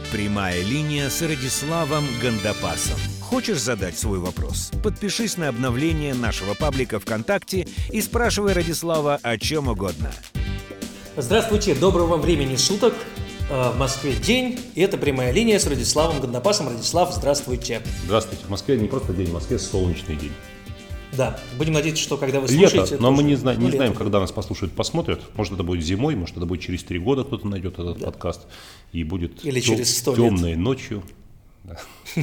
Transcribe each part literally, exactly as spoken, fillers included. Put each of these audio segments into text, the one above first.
Прямая линия с Радиславом Гандапасом. Хочешь задать свой вопрос? Подпишись на обновление нашего паблика ВКонтакте и спрашивай Радислава о чем угодно. Здравствуйте, доброго вам времени суток. В Москве день, и это прямая линия с Радиславом Гандапасом. Радислав, здравствуйте. Здравствуйте. В Москве не просто день, в Москве солнечный день. Да, будем надеяться, что когда вы слушаете... Лето, но мы не, зна- не ну, знаем, лето. когда нас послушают, посмотрят. Может, это будет зимой, может, это будет через три года кто-то найдет этот да. подкаст. И будет Или тем- через сто лет. темной ночью. Да.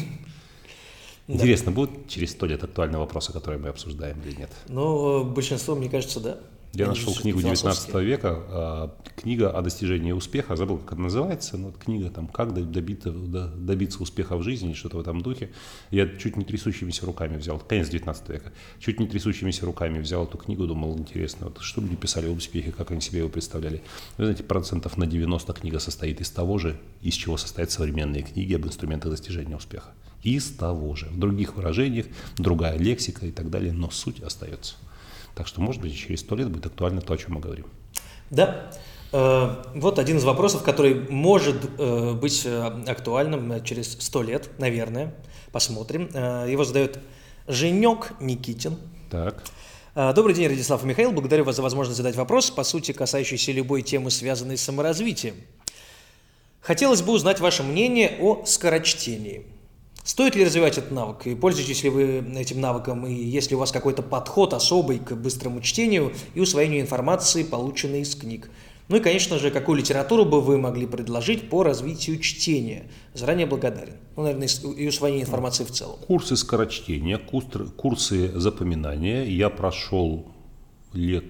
Интересно, будут через сто лет актуальные вопросы, которые мы обсуждаем или нет? Ну, большинство, мне кажется, да. Я Они нашел книгу девятнадцатого века, а, книга о достижении успеха, забыл, как она называется, но вот книга там «Как добиться, добиться успеха в жизни», что-то в этом духе. Я чуть не трясущимися руками взял, конец девятнадцатого века, чуть не трясущимися руками взял эту книгу, думал, интересно, вот что люди писали об успехе, как они себе его представляли. Вы знаете, процентов на девяносто книга состоит из того же, из чего состоят современные книги об инструментах достижения успеха. Из того же, в других выражениях, другая лексика и так далее, но суть остается. Так что, может быть, через сто лет будет актуально то, о чем мы говорим. Да. Вот один из вопросов, который может быть актуальным через сто лет, наверное. Посмотрим. Его задает Женек Никитин. Так. Добрый день, Радислав и Михаил. Благодарю вас за возможность задать вопрос, по сути, касающийся любой темы, связанной с саморазвитием. Хотелось бы узнать ваше мнение о скорочтении. Стоит ли развивать этот навык? И пользуетесь ли вы этим навыком? И есть ли у вас какой-то подход особый к быстрому чтению и усвоению информации, полученной из книг? Ну и, конечно же, какую литературу бы вы могли предложить по развитию чтения? Заранее благодарен. Ну, наверное, и усвоение информации в целом. Курсы скорочтения, курсы запоминания я прошел лет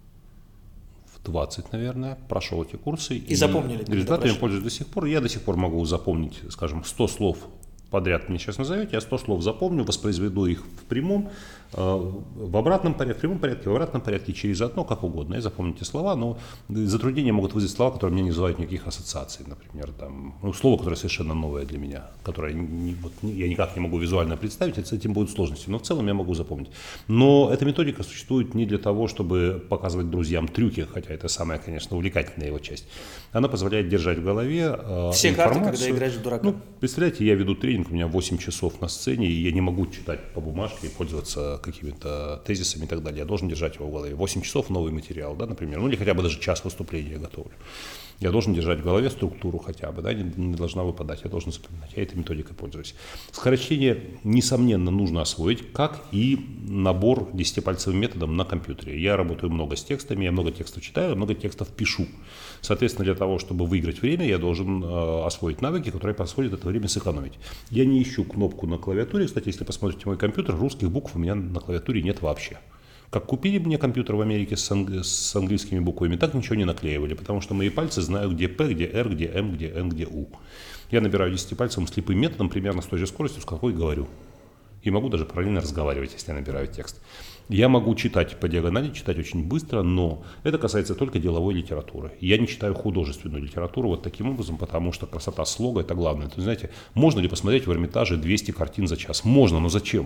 в двадцать, наверное, прошел эти курсы. И, и запомнили? Результатами пользуюсь до сих пор. Я до сих пор могу запомнить, скажем, сто слов подряд мне сейчас назовете, я сто слов запомню, воспроизведу их в прямом, э, в обратном порядке, в прямом порядке, в обратном порядке, через одно, как угодно. Я запомню эти слова, но затруднения могут вызвать слова, которые мне не вызывают никаких ассоциаций, например, там, ну, слово, которое совершенно новое для меня, которое не, вот, я никак не могу визуально представить, с этим будут сложности, но в целом я могу запомнить. Но эта методика существует не для того, чтобы показывать друзьям трюки, хотя это самая, конечно, увлекательная его часть. Она позволяет держать в голове э, все информацию. карты, когда играешь в дурака. Ну, представляете, я веду тренинг, у меня восемь часов на сцене, и я не могу читать по бумажке и пользоваться какими-то тезисами и так далее. Я должен держать его в голове. восемь часов новый материал, да, например, ну или хотя бы даже час выступления готовлю. Я должен держать в голове структуру хотя бы, да, не, не должна выпадать, я должен запоминать. Я этой методикой пользуюсь. Скорочтение, несомненно, нужно освоить, как и набор десятипальцевым методом на компьютере. Я работаю много с текстами, я много текстов читаю, много текстов пишу. Соответственно, для того, чтобы выиграть время, я должен э, освоить навыки, которые позволят это время сэкономить. Я не ищу кнопку на клавиатуре. Кстати, если посмотрите мой компьютер, русских букв у меня на клавиатуре нет вообще. Как купили мне компьютер в Америке с, анг... с английскими буквами, так ничего не наклеивали, потому что мои пальцы знают, где П, где Р, где М, где Н, где У. Я набираю десятипальцевым слепым методом примерно с той же скоростью, с какой говорю. И могу даже параллельно разговаривать, если я набираю текст. Я могу читать по диагонали, читать очень быстро, но это касается только деловой литературы. Я не читаю художественную литературу вот таким образом, потому что красота слога – это главное. То есть, знаете, можно ли посмотреть в Эрмитаже двести картин за час? Можно, но зачем?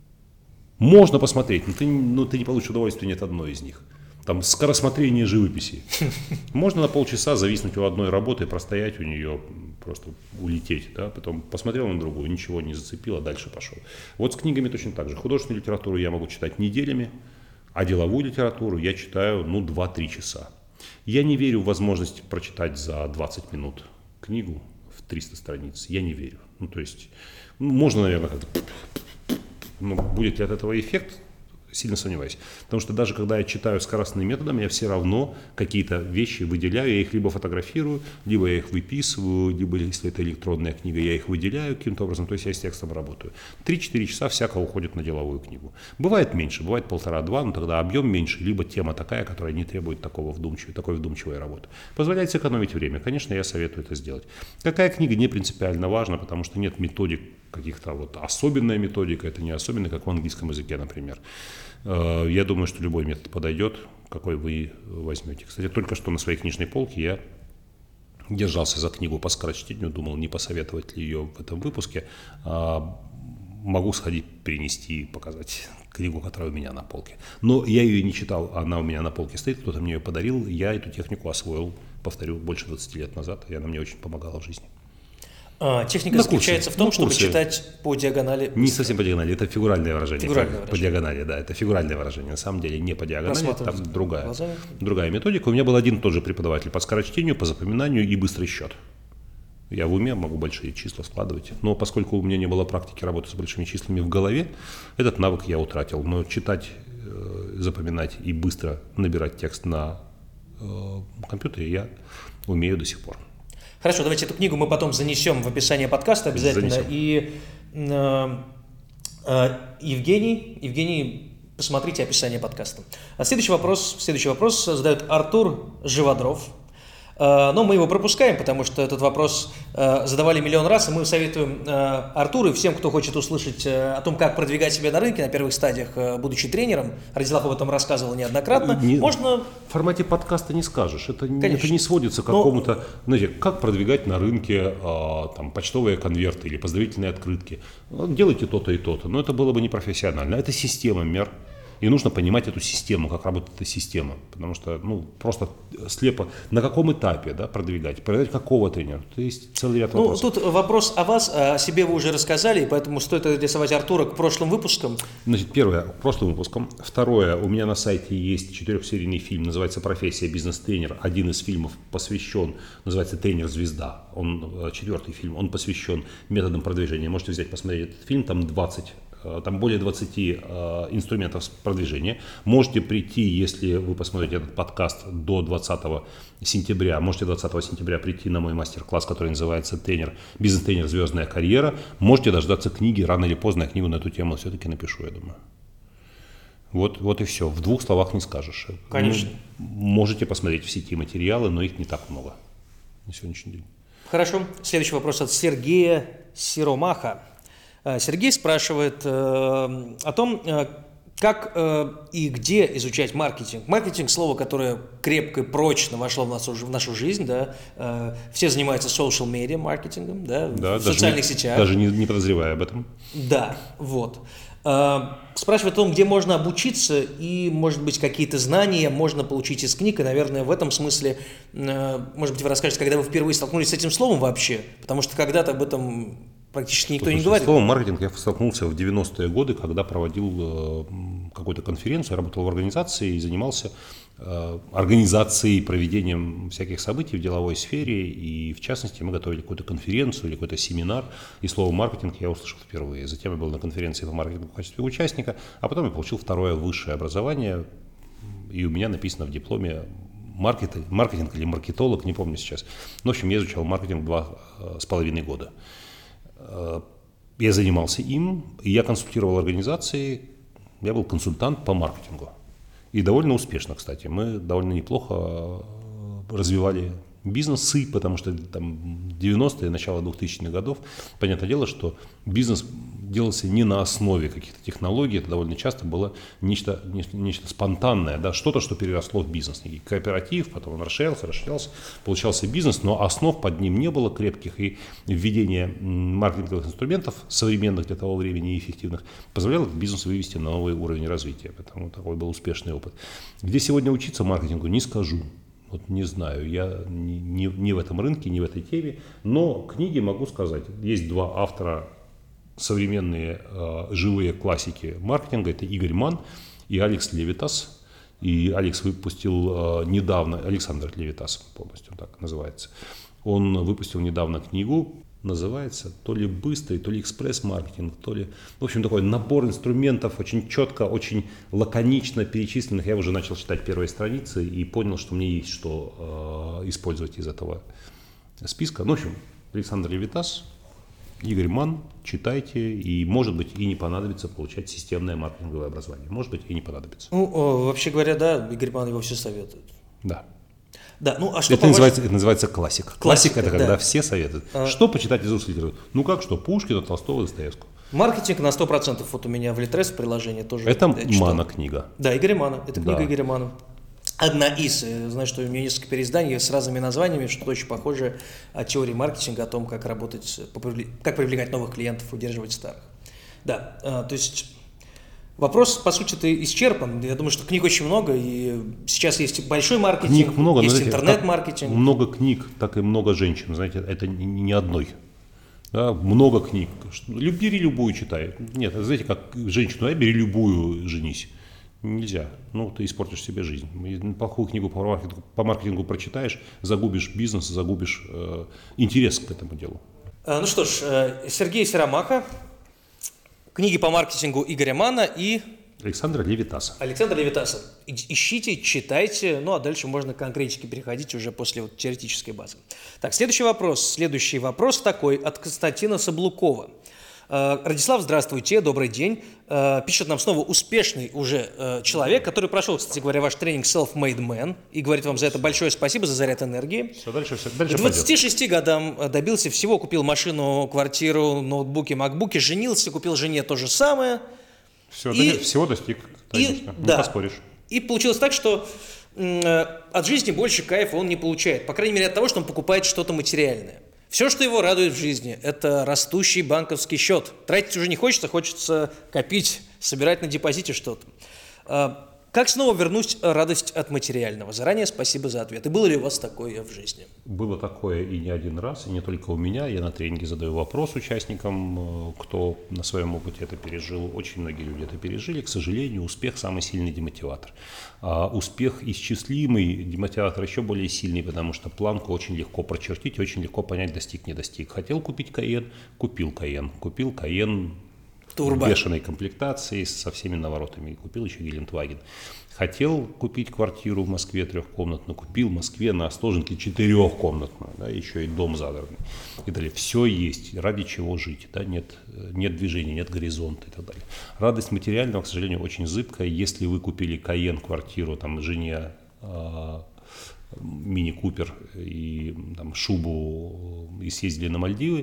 Можно посмотреть, но ты, но ты не получишь удовольствия ни от одной из них. Там скоросмотрение живописи. Можно на полчаса зависнуть у одной работы, простоять у нее, просто улететь. Да? Потом посмотрел на другую, ничего не зацепило, дальше пошел. Вот с книгами точно так же. Художественную литературу я могу читать неделями, а деловую литературу я читаю ну, два-три часа. Я не верю в возможность прочитать за двадцать минут книгу в триста страниц. Я не верю. Ну, то есть, можно, наверное, как-то... Но будет ли от этого эффект, сильно сомневаюсь. Потому что даже когда я читаю скоростным методом, я все равно какие-то вещи выделяю, я их либо фотографирую, либо я их выписываю, либо, если это электронная книга, я их выделяю каким-то образом, то есть я с текстом работаю. три-четыре часа всяко уходит на деловую книгу. Бывает меньше, бывает полтора-два, но тогда объем меньше, либо тема такая, которая не требует такого вдумчивой, такой вдумчивой работы. Позволяет сэкономить время. Конечно, я советую это сделать. Какая книга не принципиально важна, потому что нет методик, каких-то вот особенная методика, это не особенно, как в английском языке, например. Я думаю, что любой метод подойдет, какой вы возьмете. Кстати, только что на своей книжной полке я держался за книгу по скорочтению, думал, не посоветовать ли ее в этом выпуске. Могу сходить, перенести и показать книгу, которая у меня на полке. Но я ее не читал, она у меня на полке стоит, кто-то мне ее подарил, я эту технику освоил, повторю, больше двадцати лет назад, и она мне очень помогала в жизни. А, техника На заключается курсе, в том, на чтобы курсе. читать по диагонали. Не совсем по диагонали, это фигуральное выражение. Фигуральное по, по выражение. диагонали, да, это фигуральное выражение. На самом деле не по диагонали, Рассматривать там другая, глазами. другая методика. У меня был один и тот же преподаватель по скорочтению, по запоминанию и быстрый счет. Я в уме могу большие числа складывать, но поскольку у меня не было практики работы с большими числами в голове, этот навык я утратил. Но читать, э, запоминать и быстро набирать текст на э, компьютере я умею до сих пор. Хорошо, давайте эту книгу мы потом занесем в описание подкаста обязательно. Занесем. И э, э, Евгений, Евгений, посмотрите описание подкаста. А следующий вопрос, следующий вопрос задает Артур Живодров. Э, но мы его пропускаем, потому что этот вопрос э, задавали миллион раз, и мы советуем э, Артуру и всем, кто хочет услышать э, о том, как продвигать себя на рынке на первых стадиях, э, будучи тренером. Радислав об этом рассказывал неоднократно. Не, Можно... В формате подкаста не скажешь. Это, не- Конечно. это не сводится к Но- какому-то, знаете, как продвигать на рынке а, там, почтовые конверты или поздравительные открытки. Ну, делайте то-то и то-то. Но это было бы непрофессионально. Это система мер. И нужно понимать эту систему, как работает эта система. Потому что ну, просто слепо на каком этапе да, продвигать, продвигать какого тренера. То есть целый ряд Ну, вопросов. тут вопрос о вас, о себе вы уже рассказали, и поэтому стоит адресовать Артура к прошлым выпускам. Значит, первое, к прошлым выпускам. Второе, у меня на сайте есть четырехсерийный фильм, называется «Профессия бизнес-тренер». Один из фильмов посвящен, называется «Тренер-звезда». Он, э, четвертый фильм, он посвящен методам продвижения. Можете взять, посмотреть этот фильм, там двадцать, э, там более двадцати э, инструментов продвижения. Можете прийти, если вы посмотрите этот подкаст до двадцатого сентября, можете двадцатого сентября прийти на мой мастер-класс, который называется «Тренер, бизнес-тренер. Звездная карьера». Можете дождаться книги, рано или поздно я книгу на эту тему все-таки напишу, я думаю. Вот, вот и все. В двух словах не скажешь. Конечно. Ну, можете посмотреть в сети материалы, но их не так много на сегодняшний день. Хорошо. Следующий вопрос от Сергея Сиромаха. Э, Сергей спрашивает э, о том, э, как э, и где изучать маркетинг. Маркетинг – слово, которое крепко и прочно вошло в нашу, в нашу жизнь. Да? Э, все занимаются social media маркетингом, да? Да, в даже социальных не, сетях. Даже не, не подозревая об этом. Да, вот. Э, Спрашивает о том, где можно обучиться и, может быть, какие-то знания можно получить из книг. И, наверное, в этом смысле, э, может быть, вы расскажете, когда вы впервые столкнулись с этим словом вообще, потому что когда-то об этом практически никто Слушайте, не говорит. С словом маркетинг я столкнулся в девяностые годы, когда проводил э, какую-то конференцию, работал в организации и занимался э, организацией, проведением всяких событий в деловой сфере. И в частности мы готовили какую-то конференцию или какой-то семинар. И слово маркетинг я услышал впервые. Затем я был на конференции по маркетингу в качестве участника, а потом я получил второе высшее образование. И у меня написано в дипломе маркетинг, маркетинг или маркетолог, не помню сейчас. Ну, в общем, я изучал маркетинг два с половиной года. Я занимался им, и я консультировал организации, я был консультант по маркетингу. И довольно успешно, кстати. Мы довольно неплохо развивали бизнесы, потому что там девяностые, начало двухтысячных годов, понятное дело, что бизнес делался не на основе каких-то технологий, это довольно часто было нечто, нечто, нечто спонтанное, да, что-то, что переросло в бизнес. Некий кооператив, потом он расширялся, расширялся, получался бизнес, но основ под ним не было крепких, и введение маркетинговых инструментов, современных для того времени и эффективных, позволяло бизнес вывести на новый уровень развития. Поэтому такой был успешный опыт. Где сегодня учиться маркетингу, не скажу. Вот не знаю, я не, не, не в этом рынке, не в этой теме, но книги могу сказать. Есть два автора, современные э, живые классики маркетинга, это Игорь Манн и Алекс Левитас. И Алекс выпустил э, недавно, Александр Левитас полностью так называется, он выпустил недавно книгу, называется то ли быстрый, то ли экспресс-маркетинг, то ли, в общем, такой набор инструментов, очень четко, очень лаконично перечисленных. Я уже начал читать первые страницы и понял, что мне есть что э, использовать из этого списка. Ну, в общем, Александр Левитас, Игорь Манн, читайте, и, может быть, и не понадобится получать системное маркетинговое образование. Может быть, и не понадобится. Ну, о, вообще говоря, да, Игорь Манн его все советует. Да. Да, ну а что Это, по называется, это называется классик. Классика, Классик – это когда да. все советуют. А... Что почитать из русской литературы? Ну как что? Пушкина, Толстого, Достоевского. Маркетинг на сто процентов. Вот у меня в Литрес приложение тоже. Это Манна Манна книга. Да, Игоря Манна. Это книга Да. Игоря Манна. Одна из. Знаю, что у меня несколько переизданий с разными названиями, что-то очень похоже о теории маркетинга, о том, как работать, как привлекать новых клиентов, удерживать старых. Да, то есть вопрос, по сути, ты исчерпан. Я думаю, что книг очень много, и сейчас есть большой маркетинг, Книг много, есть знаете, интернет-маркетинг. Много книг, так и много женщин, знаете, это не одной. Да, много книг. Бери любую, читай. Нет, знаете, как женщину, да, бери любую, женись. Нельзя. Ну, ты испортишь себе жизнь. Плохую книгу по маркетингу, по маркетингу прочитаешь, загубишь бизнес, загубишь э, интерес к этому делу. Ну что ж, Сергей Серомаха, книги по маркетингу Игоря Манна и Александра Левитаса. Александр Левитаса. Ищите, читайте, ну а дальше можно к конкретике переходить уже после вот теоретической базы. Так, следующий вопрос. Следующий вопрос такой от Константина Саблукова. Радислав, здравствуйте, добрый день. Пишет нам снова успешный уже человек, который прошел, кстати говоря, ваш тренинг Self-Made Man, и говорит вам за это большое спасибо, за заряд энергии. Все, дальше, все, дальше К двадцати шести годам добился всего, купил машину, квартиру, ноутбуки, макбуки, женился, купил жене то же самое. Все, и, всего достиг, конечно, и, не да, поспоришь. И получилось так, что э, от жизни больше кайфа он не получает, по крайней мере от того, что он покупает что-то материальное. Все, что его радует в жизни, это растущий банковский счет. Тратить уже не хочется, хочется копить, собирать на депозите что-то. Как снова вернуть радость от материального? Заранее спасибо за ответ. И было ли у вас такое в жизни? Было такое и не один раз, и не только у меня. Я на тренинге задаю вопрос участникам, кто на своем опыте это пережил. Очень многие люди это пережили. К сожалению, успех – самый сильный демотиватор. А успех исчислимый демотиватор еще более сильный, потому что планку очень легко прочертить, очень легко понять, достиг, не достиг. Хотел купить Кайен – купил Кайен. Купил Кайен в бешеной комплектации со всеми наворотами. И купил еще Гелендваген. Хотел купить квартиру в Москве трехкомнатную, купил в Москве на Остоженке четырехкомнатную, да, еще и дом задорный. И далее. Все есть, ради чего жить. Да, нет, нет движения, нет горизонта и так далее. Радость материального, к сожалению, очень зыбкая. Если вы купили Кайен, квартиру, там, жене, э, мини-купер и там, шубу и съездили на Мальдивы,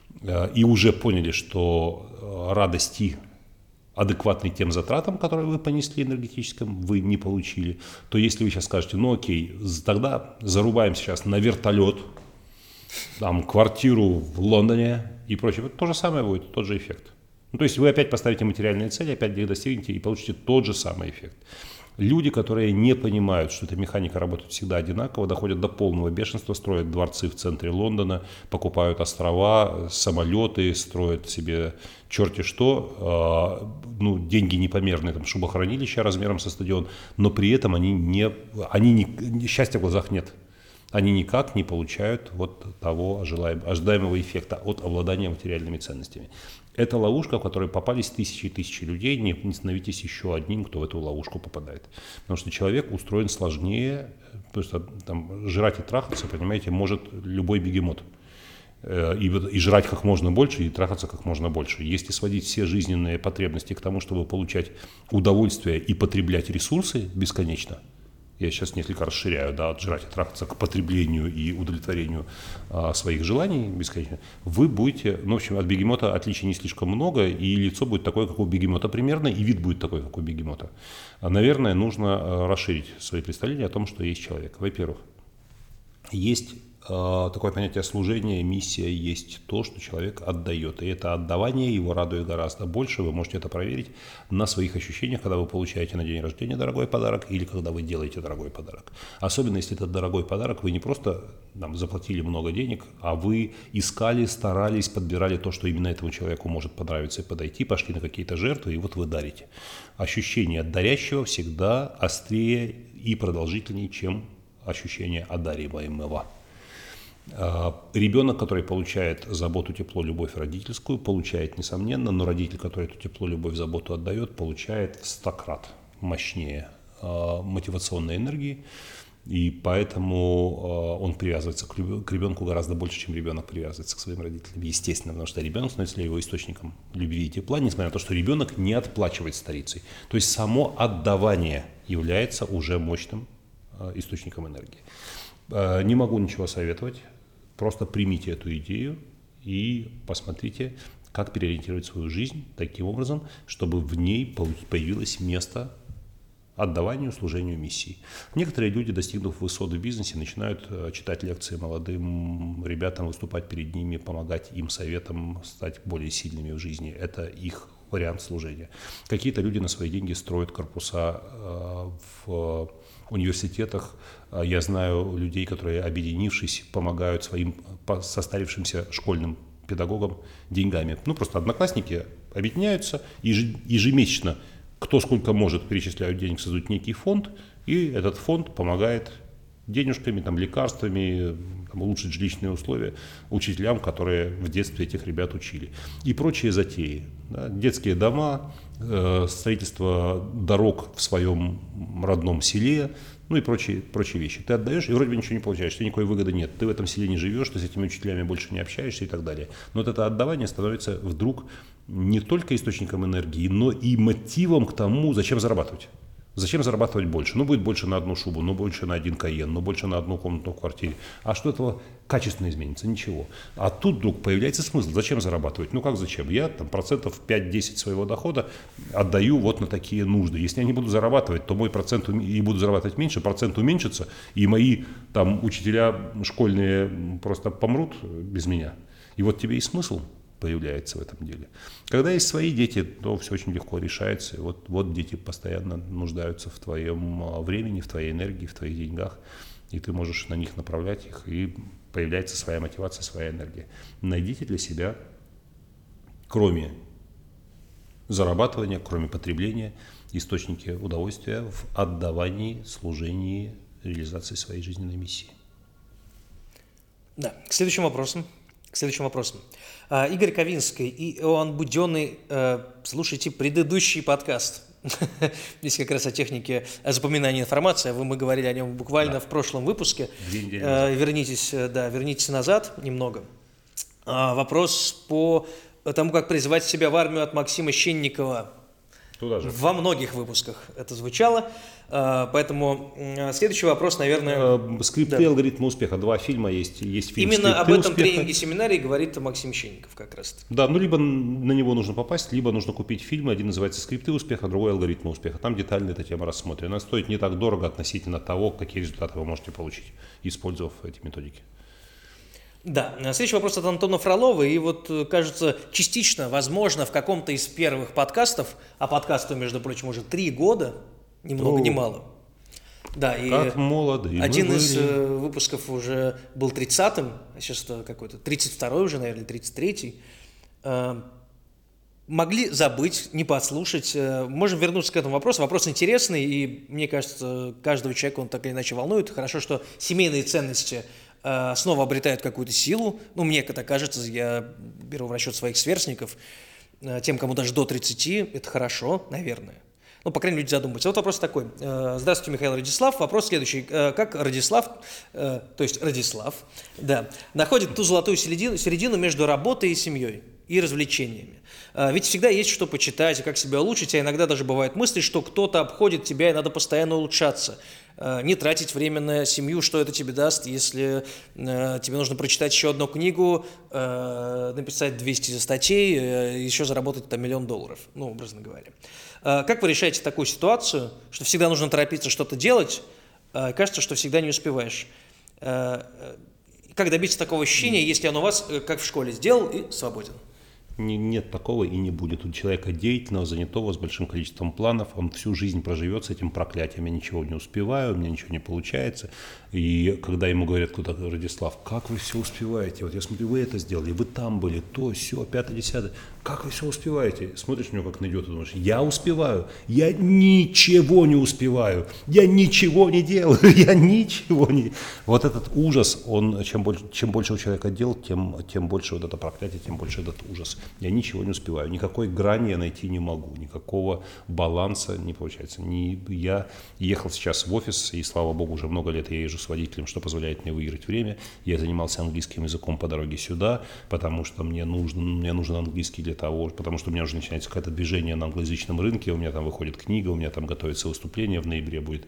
и уже поняли, что радости, адекватной тем затратам, которые вы понесли энергетическим, вы не получили, то если вы сейчас скажете, ну окей, тогда зарубаем сейчас на вертолет, там, квартиру в Лондоне и прочее, то же самое будет, тот же эффект. Ну, то есть вы опять поставите материальные цели, опять их достигнете и получите тот же самый эффект. Люди, которые не понимают, что эта механика работает всегда одинаково, доходят до полного бешенства, строят дворцы в центре Лондона, покупают острова, самолеты, строят себе черти что, э, ну, деньги непомерные, там, шубохранилища размером со стадион, но при этом они не, они не, счастья в глазах нет. Они никак не получают вот того ожидаемого эффекта от обладания материальными ценностями. Это ловушка, в которой попались тысячи и тысячи людей. Не, не становитесь еще одним, кто в эту ловушку попадает. Потому что человек устроен сложнее. Просто там, жрать и трахаться, понимаете, может любой бегемот. И, и жрать как можно больше, и трахаться как можно больше. Если сводить все жизненные потребности к тому, чтобы получать удовольствие и потреблять ресурсы бесконечно, я сейчас несколько расширяю, да, от жрать и трахаться к потреблению и удовлетворению а, своих желаний бесконечно, вы будете, ну, в общем, от бегемота отличий не слишком много, и лицо будет такое, как у бегемота примерно, и вид будет такой, как у бегемота. А, наверное, нужно а, расширить свои представления о том, что есть человек. Во-первых, есть а, такое понятие служения, миссия, есть то, что человек отдает. И это отдавание его радует гораздо больше. Вы можете это проверить на своих ощущениях, когда вы получаете на день рождения дорогой подарок или когда вы делаете дорогой подарок. Особенно, если это дорогой подарок, вы не просто там, заплатили много денег, а вы искали, старались, подбирали то, что именно этому человеку может понравиться и подойти, пошли на какие-то жертвы, и вот вы дарите. Ощущение от дарящего всегда острее и продолжительнее, чем ощущение одариваемого. Ребенок, который получает заботу, тепло, любовь родительскую, получает, несомненно, но родитель, который эту тепло, любовь, заботу отдает, получает в сто крат мощнее мотивационной энергии, и поэтому он привязывается к ребенку гораздо больше, чем ребенок привязывается к своим родителям, естественно, потому что ребенок становится его источником любви и тепла, несмотря на то, что ребенок не отплачивает старицей. То есть само отдавание является уже мощным источником энергии. Не могу ничего советовать, просто примите эту идею и посмотрите, как переориентировать свою жизнь таким образом, чтобы в ней появилось место отдаванию, служению миссии. Некоторые люди, достигнув высот в бизнесе, начинают читать лекции молодым ребятам, выступать перед ними, помогать им советом стать более сильными в жизни. Это их вариант служения. Какие-то люди на свои деньги строят корпуса в университетах. Я знаю людей, которые, объединившись, помогают своим состарившимся школьным педагогам деньгами. Ну, просто одноклассники объединяются, ежемесячно кто сколько может перечисляют денег, создают некий фонд, и этот фонд помогает денежками, там, лекарствами, там, улучшить жилищные условия учителям, которые в детстве этих ребят учили. И прочие затеи. Да, детские дома, э, строительство дорог в своем родном селе, ну и прочие, прочие вещи. Ты отдаешь, и вроде бы ничего не получаешь, тебе никакой выгоды нет. Ты в этом селе не живешь, ты с этими учителями больше не общаешься и так далее. Но вот это отдавание становится вдруг не только источником энергии, но и мотивом к тому, зачем зарабатывать. Зачем зарабатывать больше? Ну, будет больше на одну шубу, ну, больше на один кайен, ну, больше на одну комнату в квартире. А что этого качественно изменится? Ничего. А тут вдруг появляется смысл. Зачем зарабатывать? Ну, как зачем? Я там процентов пять-десять своего дохода отдаю вот на такие нужды. Если я не буду зарабатывать, то мой процент и буду зарабатывать меньше, процент уменьшится, и мои там учителя школьные просто помрут без меня. И вот тебе и смысл появляется в этом деле. Когда есть свои дети, то все очень легко решается. Вот, вот дети постоянно нуждаются в твоем времени, в твоей энергии, в твоих деньгах, и ты можешь на них направлять их, и появляется своя мотивация, своя энергия. Найдите для себя, кроме зарабатывания, кроме потребления, источники удовольствия в отдавании, служении, реализации своей жизненной миссии. Да, к следующим вопросам. К следующим вопросам. А, Игорь Ковинский и Иоанн Буденный, э, слушайте предыдущий подкаст. Здесь как раз о технике запоминания информации. Вы, мы говорили о нем буквально да. в прошлом выпуске. Э, вернитесь, да, вернитесь назад немного. А, вопрос по тому, как призывать себя в армию от Максима Щенникова. Туда же. Во многих выпусках это звучало. Поэтому следующий вопрос, наверное... Скрипты да. алгоритма успеха. Два фильма есть. Есть фильм Именно об этом успеха. тренинге, семинаре говорит Максим Щенников как раз. Да, ну либо на него нужно попасть, либо нужно купить фильмы. Один называется «Скрипты успеха», другой «Алгоритмы успеха». Там детально эта тема рассмотрена. Она стоит не так дорого относительно того, какие результаты вы можете получить, использовав эти методики. Да, следующий вопрос от Антона Фролова, и вот, кажется, частично, возможно, в каком-то из первых подкастов, а подкасту, между прочим, уже три года, ни много ни мало. Да, и как молоды один мы из были. выпусков уже был тридцатым, а сейчас это какой-то тридцать второй уже, наверное, тридцать третий. Могли забыть, не послушать. Можем вернуться к этому вопросу. Вопрос интересный, и мне кажется, каждого человека он так или иначе волнует. Хорошо, что семейные ценности снова обретают какую-то силу. Ну, мне это кажется, я беру в расчет своих сверстников. Тем, кому даже до тридцати, это хорошо, наверное. Ну, по крайней мере, люди задумываются. Вот вопрос такой. Здравствуйте, Михаил Радислав. Вопрос следующий. Как Радислав, то есть Радислав, да, находит ту золотую середину, середину между работой и семьей и развлечениями? Ведь всегда есть что почитать, как себя улучшить, а иногда даже бывают мысли, что кто-то обходит тебя, и надо постоянно улучшаться. Не тратить время на семью, что это тебе даст, если э, тебе нужно прочитать еще одну книгу, э, написать двести статей, э, еще заработать там миллион долларов, ну, образно говоря. Э, как вы решаете такую ситуацию, что всегда нужно торопиться что-то делать, э, кажется, что всегда не успеваешь? Э, как добиться такого ощущения, если оно у вас, э, как в школе, сделал и свободен? Нет такого и не будет. У человека деятельного, занятого, с большим количеством планов, он всю жизнь проживет с этим проклятием. Я ничего не успеваю, у меня ничего не получается. И когда ему говорят кто-то: Радислав, как вы все успеваете? Вот я смотрю, вы это сделали, вы там были, то, сё, пятое, десятое. Как вы все успеваете? Смотришь на него, как на идиота, думаешь: я успеваю, я ничего не успеваю, я ничего не делаю, я ничего не... Вот этот ужас, он, чем больше, чем больше у человека дел, тем, тем больше вот это проклятие, тем больше этот ужас. Я ничего не успеваю, никакой грани я найти не могу, никакого баланса не получается. Не, я ехал сейчас в офис, и, слава богу, уже много лет я езжу с водителем, что позволяет мне выиграть время. Я занимался английским языком по дороге сюда, потому что мне нужен, мне нужен английский для того, потому что у меня уже начинается какое-то движение на англоязычном рынке, у меня там выходит книга, у меня там готовится выступление, в ноябре будет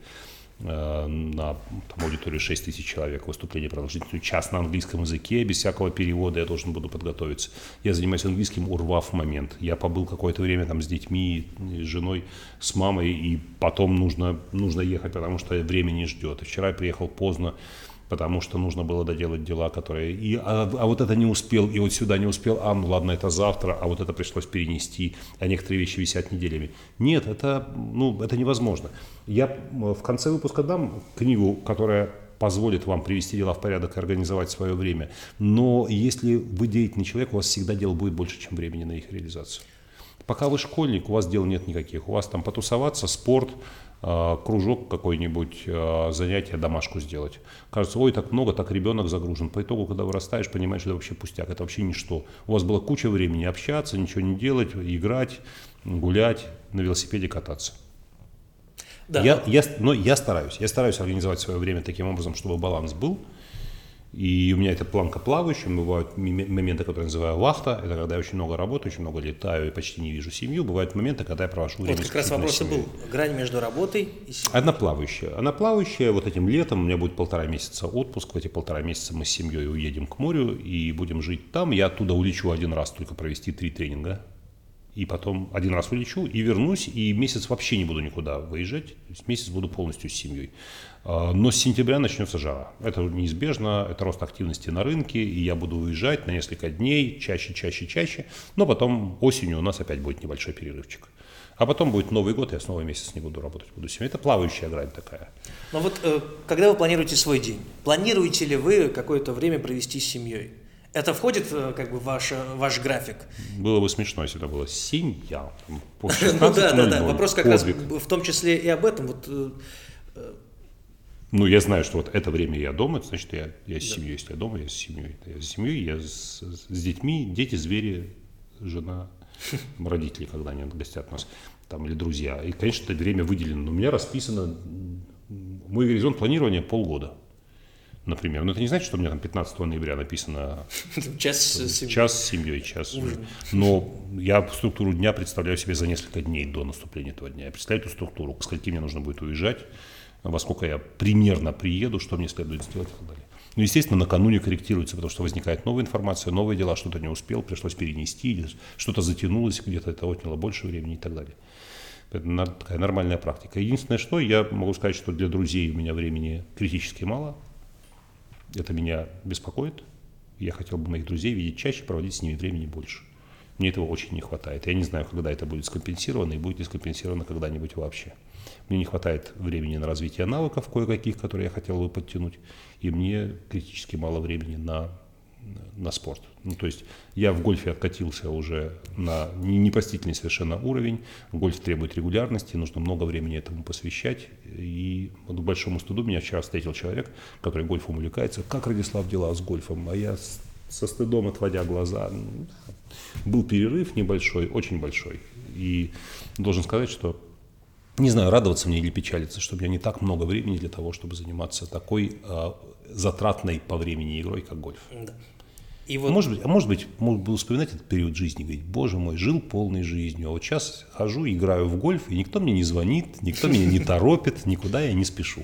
э, на там, аудиторию шесть тысяч человек, выступление продолжительностью час на английском языке, без всякого перевода я должен буду подготовиться. Я занимаюсь английским, урвав момент. Я побыл какое-то время там с детьми, с женой, с мамой, и потом нужно, нужно ехать, потому что время не ждет. И вчера я приехал поздно, потому что нужно было доделать дела, которые... И, а, а вот это не успел, и вот сюда не успел, а ну ладно, это завтра, а вот это пришлось перенести, а некоторые вещи висят неделями. Нет, это, ну, это невозможно. Я в конце выпуска дам книгу, которая позволит вам привести дела в порядок и организовать свое время. Но если вы деятельный человек, у вас всегда дел будет больше, чем времени на их реализацию. Пока вы школьник, у вас дел нет никаких. У вас там потусоваться, спорт, кружок какой-нибудь, занятие, домашку сделать. Кажется, ой, так много, так ребенок загружен. По итогу, когда вырастаешь, понимаешь, что это вообще пустяк, это вообще ничто. У вас была куча времени общаться, ничего не делать, играть, гулять, на велосипеде кататься. Да. Я, я, но я стараюсь. Я стараюсь организовать свое время таким образом, чтобы баланс был. И у меня это планка плавающая. Бывают моменты, которые я называю вахта. Это когда я очень много работаю, очень много летаю и почти не вижу семью. Бывают моменты, когда я провожу время. Вот как раз вопрос и был. Грань между работой и семьей. Она плавающая. Она плавающая. Вот этим летом у меня будет полтора месяца отпуск. В эти полтора месяца мы с семьей уедем к морю и будем жить там. Я оттуда улечу один раз, только провести три тренинга. И потом один раз улечу и вернусь, и месяц вообще не буду никуда выезжать. То есть месяц буду полностью с семьей. Но с сентября начнется жара. Это неизбежно, это рост активности на рынке, и я буду уезжать на несколько дней, чаще, чаще, чаще. Но потом осенью у нас опять будет небольшой перерывчик. А потом будет Новый год, и я снова месяц не буду работать, буду с семьей. Это плавающая грань такая. Но вот когда вы планируете свой день, планируете ли вы какое-то время провести с семьей? Это входит как бы в ваш, ваш график? Было бы смешно, если это была семья. Ну да, да, да. Вопрос как раз в том числе и об этом. Вот. Ну, я знаю, что вот это время я дома, это значит, я, я с семьей. Если я дома, я с семьей. Я с семьей, я с, с детьми, дети, звери, жена, родители, когда они гостят нас, там, или друзья. И, конечно, это время выделено. Но у меня расписано, мой горизонт планирования полгода. Например, но это не значит, что у меня там пятнадцатого ноября написано час с семьей, час с семьей, час. Но я структуру дня представляю себе за несколько дней до наступления этого дня. Я представляю эту структуру, к скольки мне нужно будет уезжать, во сколько я примерно приеду, что мне следует сделать и так далее. Ну, естественно, накануне корректируется, потому что возникает новая информация, новые дела, что-то не успел, пришлось перенести, или что-то затянулось, где-то это отняло больше времени и так далее. Это такая нормальная практика. Единственное, что я могу сказать, что для друзей у меня времени критически мало. Это меня беспокоит. Я хотел бы моих друзей видеть чаще, проводить с ними времени больше. Мне этого очень не хватает. Я не знаю, когда это будет скомпенсировано и будет ли скомпенсировано когда-нибудь вообще. Мне не хватает времени на развитие навыков кое-каких, которые я хотел бы подтянуть. И мне критически мало времени на, на спорт. Ну, то есть я в гольфе откатился уже на непростительный совершенно уровень. Гольф требует регулярности, нужно много времени этому посвящать. И вот, к большому стыду меня вчера встретил человек, который гольфом увлекается. Как, Радислав, дела с гольфом? А я с, со стыдом, отводя глаза. Был перерыв небольшой, очень большой. И должен сказать, что не знаю, радоваться мне или печалиться, что у меня не так много времени для того, чтобы заниматься такой э, затратной по времени игрой, как гольф. Да. И вот... Может быть, а может быть, может быть, вспоминать этот период жизни, говорить, боже мой, жил полной жизнью, а вот сейчас хожу, играю в гольф, и никто мне не звонит, никто меня не торопит, никуда я не спешу.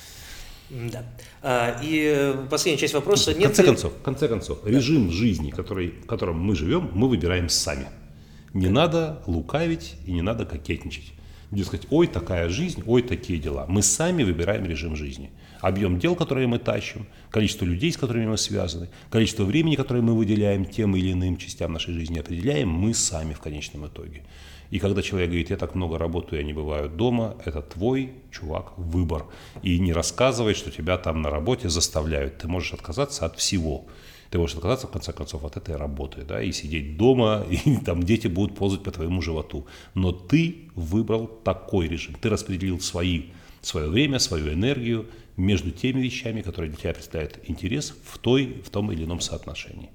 Да. А, и последняя часть вопроса. В конце концов, в конце концов, режим жизни, который, в котором мы живем, мы выбираем сами. Не надо лукавить и не надо кокетничать. Дескать, ой, такая жизнь, ой, такие дела. Мы сами выбираем режим жизни. Объем дел, которые мы тащим, количество людей, с которыми мы связаны, количество времени, которое мы выделяем тем или иным частям нашей жизни, определяем мы сами в конечном итоге. И когда человек говорит, я так много работаю, я не бываю дома, это твой, чувак, выбор. И не рассказывай, что тебя там на работе заставляют. Ты можешь отказаться от всего. Ты можешь отказаться, в конце концов, от этой работы, да, и сидеть дома, и там дети будут ползать по твоему животу. Но ты выбрал такой режим. Ты распределил свои, свое время, свою энергию между теми вещами, которые для тебя представляют интерес в, той, в том или ином соотношении.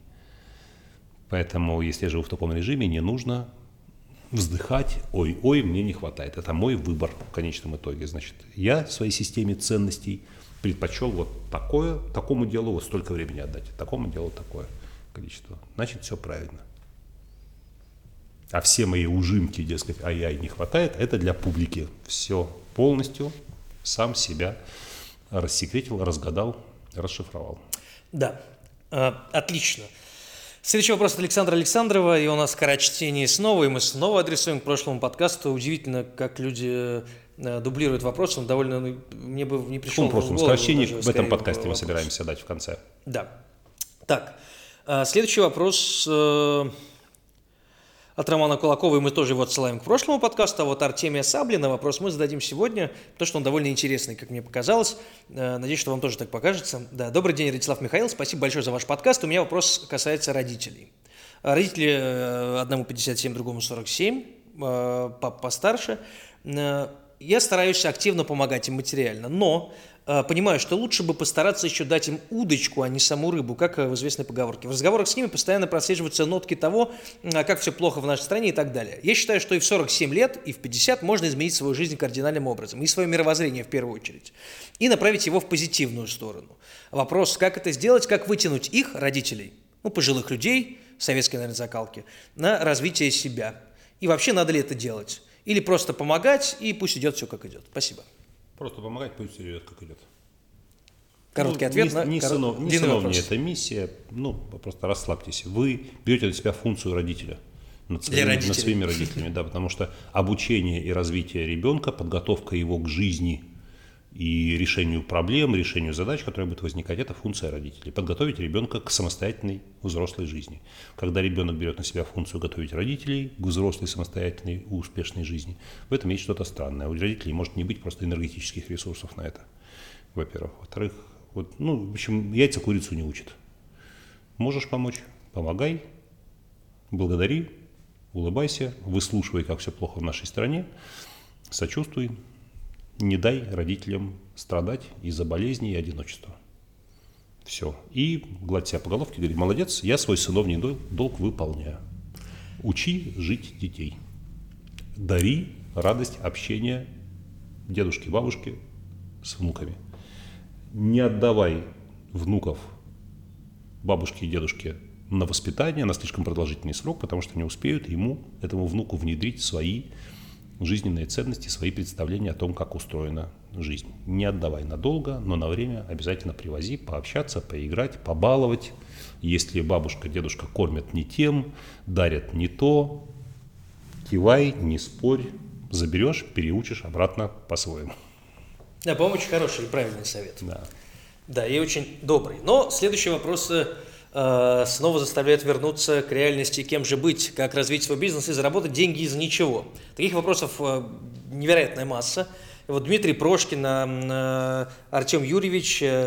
Поэтому, если я живу в таком режиме, не нужно вздыхать, ой-ой, мне не хватает. Это мой выбор в конечном итоге. Значит, я в своей системе ценностей предпочел вот такое, такому делу вот столько времени отдать, такому делу такое количество. Значит, все правильно. А все мои ужимки, дескать, ай-яй, не хватает, это для публики. Все полностью сам себя рассекретил, разгадал, расшифровал. Да, а, отлично. Следующий вопрос от Александра Александрова, и у нас скорочтение снова, и мы снова адресуем к прошлому подкасту. Удивительно, как люди дублируют вопросы, он довольно, мне бы не пришел в голову. Скорочтение в этом подкасте мы собираемся дать в конце. Да. Так, следующий вопрос. От Романа Кулакова, и мы тоже его отсылаем к прошлому подкасту, а вот Артемия Саблина вопрос мы зададим сегодня, потому что он довольно интересный, как мне показалось. Надеюсь, что вам тоже так покажется. Да. Добрый день, Радислав Михаил, спасибо большое за ваш подкаст. У меня вопрос касается родителей. Родители одному пятьдесят семь, другому сорок семь, папа постарше. Я стараюсь активно помогать им материально, но понимаю, что лучше бы постараться еще дать им удочку, а не саму рыбу, как в известной поговорке. В разговорах с ними постоянно прослеживаются нотки того, как все плохо в нашей стране и так далее. Я считаю, что и в сорок семь лет, и в пятьдесят можно изменить свою жизнь кардинальным образом, и свое мировоззрение в первую очередь, и направить его в позитивную сторону. Вопрос, как это сделать, как вытянуть их, родителей, ну, пожилых людей, советской, наверное, закалки, на развитие себя. И вообще, надо ли это делать? Или просто помогать, и пусть идет все, как идет. Спасибо. Просто помогать, пусть идет, как идет. Короткий ну, ответ не, на не, кор... сынов, не длинный вопрос. Это миссия, ну, просто расслабьтесь. Вы берете на себя функцию родителя над своими, над своими родителями, да, потому что обучение и развитие ребенка, подготовка его к жизни и решению проблем, решению задач, которые будут возникать, это функция родителей. Подготовить ребенка к самостоятельной взрослой жизни. Когда ребенок берет на себя функцию готовить родителей к взрослой, самостоятельной, успешной жизни, в этом есть что-то странное. У родителей может не быть просто энергетических ресурсов на это, во-первых. Во-вторых, вот, ну, в общем, яйца курицу не учат. Можешь помочь – помогай, благодари, улыбайся, выслушивай, как все плохо в нашей стране, сочувствуй. Не дай родителям страдать из-за болезней и одиночества. Все. И гладь себя по головке, говори: молодец, я свой сыновний долг, долг выполняю. Учи жить детей. Дари радость общения дедушки, бабушки с внуками. Не отдавай внуков бабушке и дедушке на воспитание на слишком продолжительный срок, потому что не успеют ему, этому внуку, внедрить свои жизненные ценности, свои представления о том, как устроена жизнь. Не отдавай надолго, но на время обязательно привози, пообщаться, поиграть, побаловать. Если бабушка, дедушка кормят не тем, дарят не то, кивай, не спорь, заберешь, переучишь обратно по-своему. Да, по-моему, очень хороший и правильный совет. Да. Да, и очень добрый. Но следующий вопрос э, снова заставляет вернуться к реальности, кем же быть, как развить свой бизнес и заработать деньги из ничего. Таких вопросов э, невероятная масса. И вот Дмитрий Прошкин, э, Артем Юрьевич, э,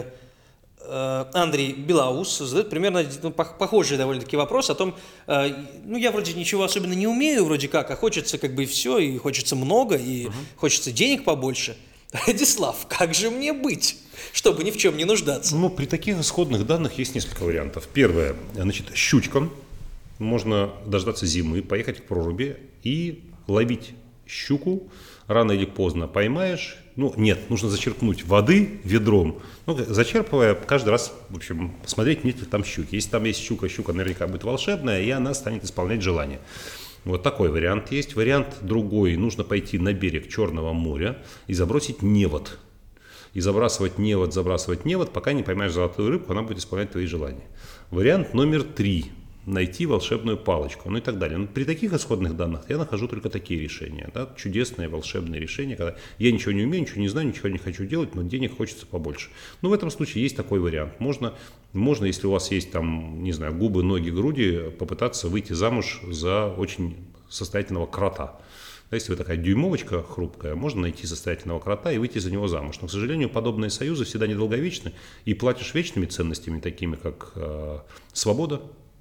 Андрей Белаус задают примерно ну, похожий довольно-таки вопрос о том, э, ну я вроде ничего особенно не умею вроде как, а хочется как бы и все, и хочется много, и uh-huh. хочется денег побольше. Радислав, как же мне быть, чтобы ни в чем не нуждаться? Ну, при таких исходных данных есть несколько вариантов. Первое, значит, щучкам можно дождаться зимы, поехать к проруби и ловить щуку. Рано или поздно поймаешь. Ну, нет, нужно зачерпнуть воды ведром. Ну, зачерпывая, каждый раз, в общем, посмотреть, нет ли там щуки. Если там есть щука, щука наверняка будет волшебная, и она станет исполнять желание. Вот такой вариант есть. Вариант другой. Нужно пойти на берег Черного моря и забросить невод. И забрасывать невод, забрасывать невод, пока не поймаешь золотую рыбку, она будет исполнять твои желания. Вариант номер три. Найти волшебную палочку, ну и так далее. Но при таких исходных данных я нахожу только такие решения. Да? Чудесные, волшебные решения, когда я ничего не умею, ничего не знаю, ничего не хочу делать, но денег хочется побольше. Ну, в этом случае есть такой вариант. Можно, можно, если у вас есть там, не знаю, губы, ноги, груди, попытаться выйти замуж за очень состоятельного крота. Да, если вы такая дюймовочка хрупкая, можно найти состоятельного крота и выйти за него замуж. Но, к сожалению, подобные союзы всегда недолговечны, и платишь вечными ценностями, такими как э, свобода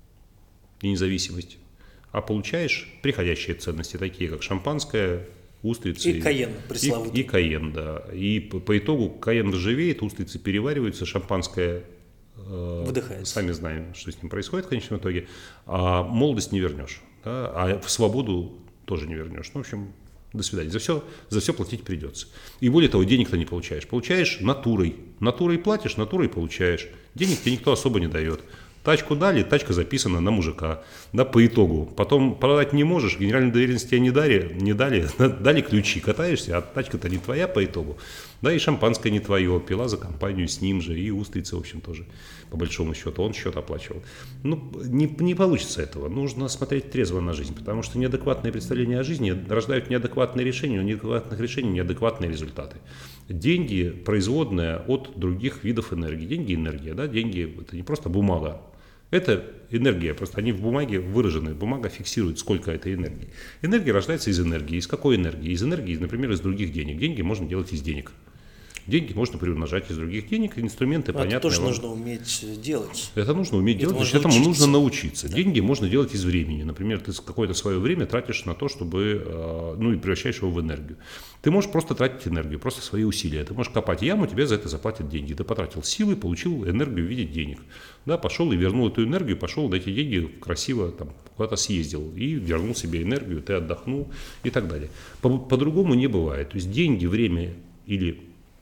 и независимость, а получаешь приходящие ценности, такие как шампанское, устрицы. И каен пресловутый. И, и каен, да. И по, по итогу каен ржавеет, устрицы перевариваются, шампанское э, выдыхается. Сами знаем, что с ним происходит в конечном итоге. А молодость не вернешь, да? А в свободу тоже не вернешь. Ну, в общем, до свидания. За все, за все платить придется. И более того, денег-то не получаешь. Получаешь натурой. Натурой платишь, натурой получаешь. Денег тебе никто особо не дает. Тачку дали, тачка записана на мужика, да, по итогу. Потом продать не можешь, генеральной доверенности тебе не дали, не дали, дали ключи, катаешься, а тачка-то не твоя по итогу. Да, и шампанское не твое, пила за компанию с ним же, и устрицы, в общем, тоже, по большому счету, он счет оплачивал. Ну, не, не получится этого, нужно смотреть трезво на жизнь, потому что неадекватные представления о жизни рождают неадекватные решения, у неадекватных решений неадекватные результаты. Деньги – производная от других видов энергии. Деньги – энергия, да, деньги – это не просто бумага, Это энергия, просто они в бумаге выражены, бумага фиксирует, сколько это энергии. Энергия рождается из энергии. Из какой энергии? Из энергии, например, из других денег. Деньги можно делать из денег. Деньги можно приумножать из других денег, инструменты, Но понятно. Это тоже вам. нужно уметь делать. Это нужно уметь Это делать, можно этому учиться. нужно научиться. Да. Деньги можно делать из времени. Например, ты какое-то свое время тратишь на то, чтобы, ну и превращаешь его в энергию. Ты можешь просто тратить энергию, просто свои усилия. Ты можешь копать яму, тебе за это заплатят деньги. Ты потратил силы, получил энергию в виде денег. Да, пошел и вернул эту энергию, пошел на эти деньги красиво там, куда-то съездил и вернул себе энергию, ты отдохнул и так далее. По- по-другому не бывает. То есть деньги, время или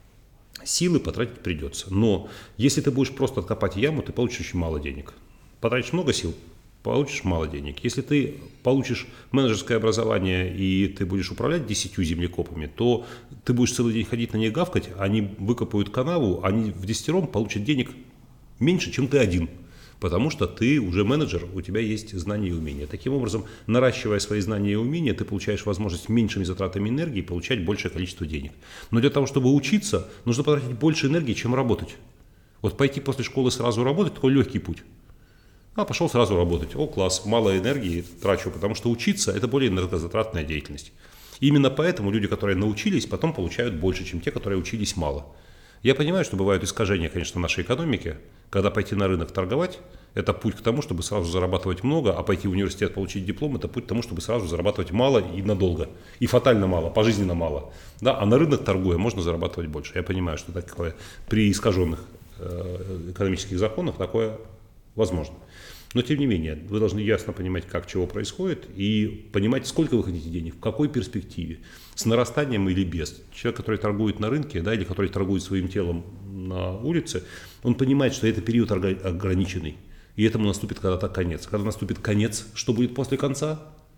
силы потратить придется. Но если ты будешь просто откопать яму, ты получишь очень мало денег. Потратишь много сил, получишь мало денег. Если ты получишь менеджерское образование и ты будешь управлять десятью землекопами, то ты будешь целый день ходить на них гавкать, они выкопают канаву, они в десятером получат денег меньше, чем ты один. Потому что ты уже менеджер, у тебя есть знания и умения. Таким образом, наращивая свои знания и умения, ты получаешь возможность меньшими затратами энергии получать большее количество денег. Но для того, чтобы учиться, нужно потратить больше энергии, чем работать. Вот пойти после школы сразу работать – такой легкий путь. А пошел сразу работать. О, класс, мало энергии трачу, потому что учиться – это более энергозатратная деятельность. И именно поэтому люди, которые научились, потом получают больше, чем те, которые учились мало. Я понимаю, что бывают искажения, конечно, нашей экономики. Когда пойти на рынок торговать, это путь к тому, чтобы сразу зарабатывать много, а пойти в университет получить диплом, это путь к тому, чтобы сразу зарабатывать мало и надолго. И фатально мало, пожизненно мало. Да? А на рынок торгуя можно зарабатывать больше. Я понимаю, что такое при искаженных э, экономических законах такое возможно. Но тем не менее, вы должны ясно понимать, как чего происходит, и понимать, сколько вы хотите денег, в какой перспективе, с нарастанием или без. Человек, который торгует на рынке, да, или который торгует своим телом на улице, он понимает, что это период ограниченный, и этому наступит когда-то конец. Когда наступит конец, что будет после конца?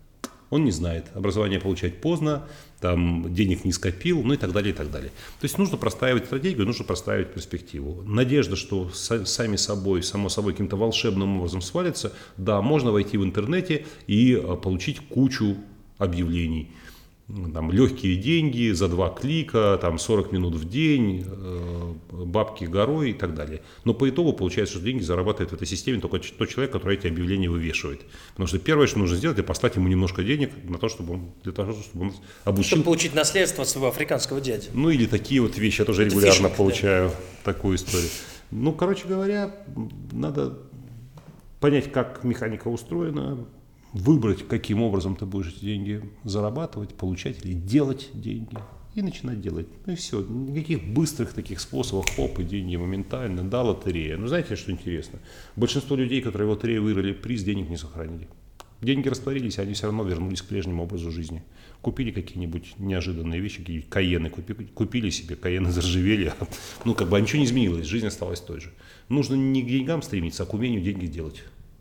Он не знает. Образование получать поздно, там денег не скопил, ну и так далее, и так далее. То есть нужно простраивать стратегию, нужно простраивать перспективу. Надежда, что сами собой, само собой каким-то волшебным образом свалится, да, можно войти в интернете и получить кучу объявлений. Там, легкие деньги за два клика, там, сорок минут в день, э, бабки горой и так далее. Но по итогу получается, что деньги зарабатывает в этой системе только тот человек, который эти объявления вывешивает. Потому что первое, что нужно сделать, это послать ему немножко денег на то, чтобы он, для того, чтобы он обучил. Чтобы получить наследство от своего африканского дяди. Ну или такие вот вещи, я тоже это регулярно фишинг, получаю, да. Такую историю. Ну, короче говоря, надо понять, как механика устроена, выбрать, каким образом ты будешь эти деньги зарабатывать, получать или делать деньги. И начинать делать. Ну и все. Никаких быстрых таких способов, хоп, и деньги моментально. Да, лотерея. Ну знаете, что интересно? Большинство людей, которые в лотерее выиграли приз, денег не сохранили. Деньги растворились, а они все равно вернулись к прежнему образу жизни. Купили какие-нибудь неожиданные вещи, какие-нибудь каены, купили, купили себе, каены заржавели. Ну как бы ничего не изменилось, жизнь осталась той же. Нужно не к деньгам стремиться, а к умению деньги делать.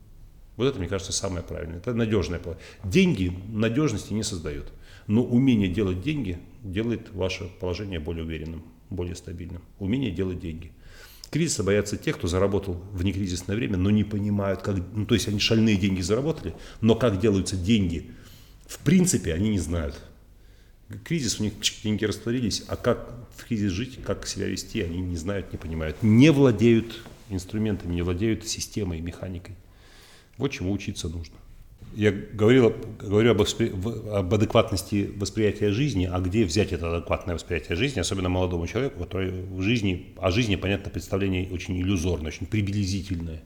Вот это, мне кажется, самое правильное. Это надежное положение. Деньги надежности не создают. Но умение делать деньги делает ваше положение более уверенным, более стабильным. Умение делать деньги. Кризиса боятся те, кто заработал в некризисное время, но не понимают, как... Ну, то есть они шальные деньги заработали, но как делаются деньги, в принципе, они не знают. Кризис, у них деньги растворились, а как в кризис жить, как себя вести, они не знают, не понимают. Не владеют инструментами, не владеют системой, механикой. Вот чему учиться нужно. Я говорил, говорю об, об адекватности восприятия жизни, а где взять это адекватное восприятие жизни, особенно молодому человеку, который в жизни, о жизни, понятно, представление очень иллюзорное, очень приблизительное.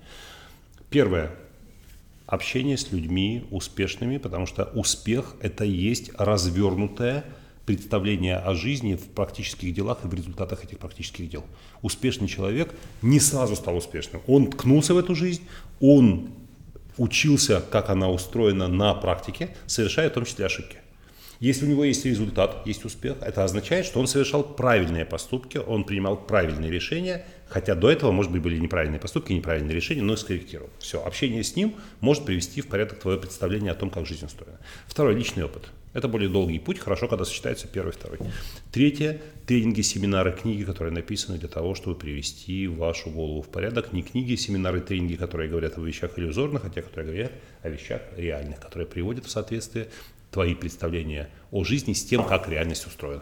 Первое. Общение с людьми успешными, потому что успех – это и есть развернутое представление о жизни в практических делах и в результатах этих практических дел. Успешный человек не сразу стал успешным. Он ткнулся в эту жизнь, он учился, как она устроена на практике, совершая в том числе ошибки. Если у него есть результат, есть успех, это означает, что он совершал правильные поступки, он принимал правильные решения, хотя до этого, может быть, были неправильные поступки, неправильные решения, но скорректировал. Все, общение с ним может привести в порядок твое представление о том, как жизнь устроена. Второй, личный опыт. Это более долгий путь, хорошо, когда сочетается первый и второй. Третье, тренинги, семинары, книги, которые написаны для того, чтобы привести вашу голову в порядок. Не книги, семинары, тренинги, которые говорят о вещах иллюзорных, а те, которые говорят о вещах реальных, которые приводят в соответствие твои представления о жизни с тем, как реальность устроена.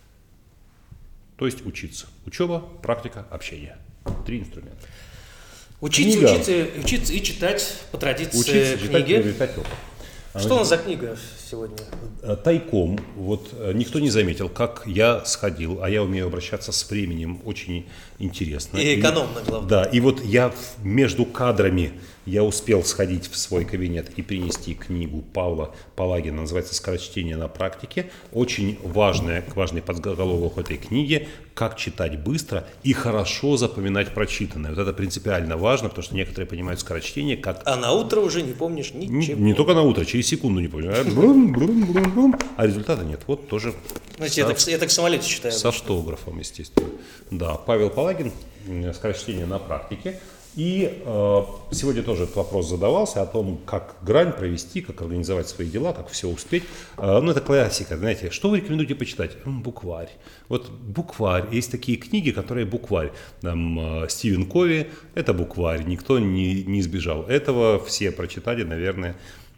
То есть учиться. Учеба, практика, общение. Три инструмента. Учиться, Книга. учиться, учиться и читать по традиции Учиться читать, книги. приобретать опыт. Что у нас за книга сегодня? Тайком, вот э, никто не заметил, как я сходил, а я умею обращаться с временем очень интересно. И экономно, главное. Да, и вот я в- между кадрами я успел сходить в свой кабинет и принести книгу Павла Палагина, называется «Скорочтение на практике». Очень важная, важный подзаголовок этой книги «Как читать быстро и хорошо запоминать прочитанное». Вот это принципиально важно, потому что некоторые понимают скорочтение как А на утро уже не помнишь не, ничего. не только на утро, через секунду не помню. А, брум, брум, брум, брум, а результата нет. Вот тоже Знаете, я, так, я так в самолете читаю. с автографом, естественно. Да, Павел Палагин, м, «Скорочтение на практике». И э, сегодня тоже этот вопрос задавался о том, как грань провести, как организовать свои дела, как все успеть. Э, ну, это классика, знаете. Что вы рекомендуете почитать? М, букварь. Вот букварь. Есть такие книги, которые букварь. Там, э, Стивен Кови – это букварь. Никто не, не избежал этого. Все прочитали, наверное,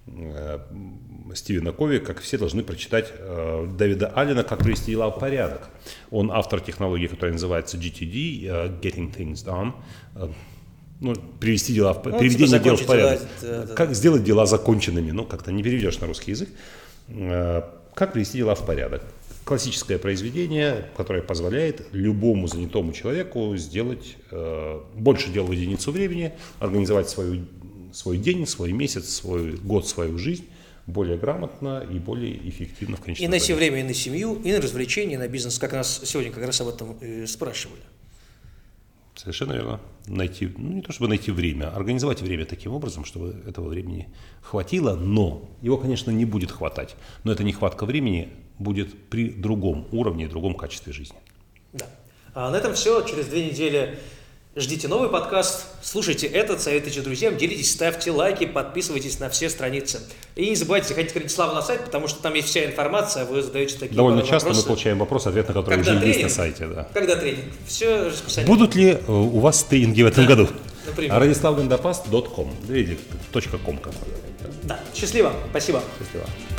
э, Стивена Кови, как все должны прочитать э, Дэвида Аллена «Как привести дела в порядок». Он автор технологии, которая называется джи ти ди, э, Getting Things Done. Э, ну, привести дела в, Ну, приведение типа дел в закончить порядок. дела, да, да. Как сделать дела законченными, ну, как-то не переведешь на русский язык. Э, Как привести дела в порядок. Классическое произведение, которое позволяет любому занятому человеку сделать э, больше дел в единицу времени, организовать свою, свой день, свой месяц, свой год, свою жизнь более грамотно и более эффективно в конечном И найти итоге. время и на семью, и на развлечения, и на бизнес, как нас сегодня как раз об этом и спрашивали. Совершенно верно. Найти, ну не то чтобы найти время, организовать время таким образом, чтобы этого времени хватило, но его, конечно, не будет хватать. Но эта нехватка времени будет при другом уровне и другом качестве жизни. Да. А на этом все. Через две недели ждите новый подкаст. Слушайте этот, советуйте друзьям, делитесь, ставьте лайки, подписывайтесь на все страницы. И не забывайте заходить к Радиславу на сайт, потому что там есть вся информация, вы задаете такие Довольно вопросы. часто мы получаем вопрос, ответ на который Когда уже есть на тренинг? сайте. Да. Когда тренинг? Все расписание. Будут ли э, у вас тренинги в этом году? Например. радислав гандапас точка ком или точка ком. Да. Счастливо. Спасибо. Счастливо.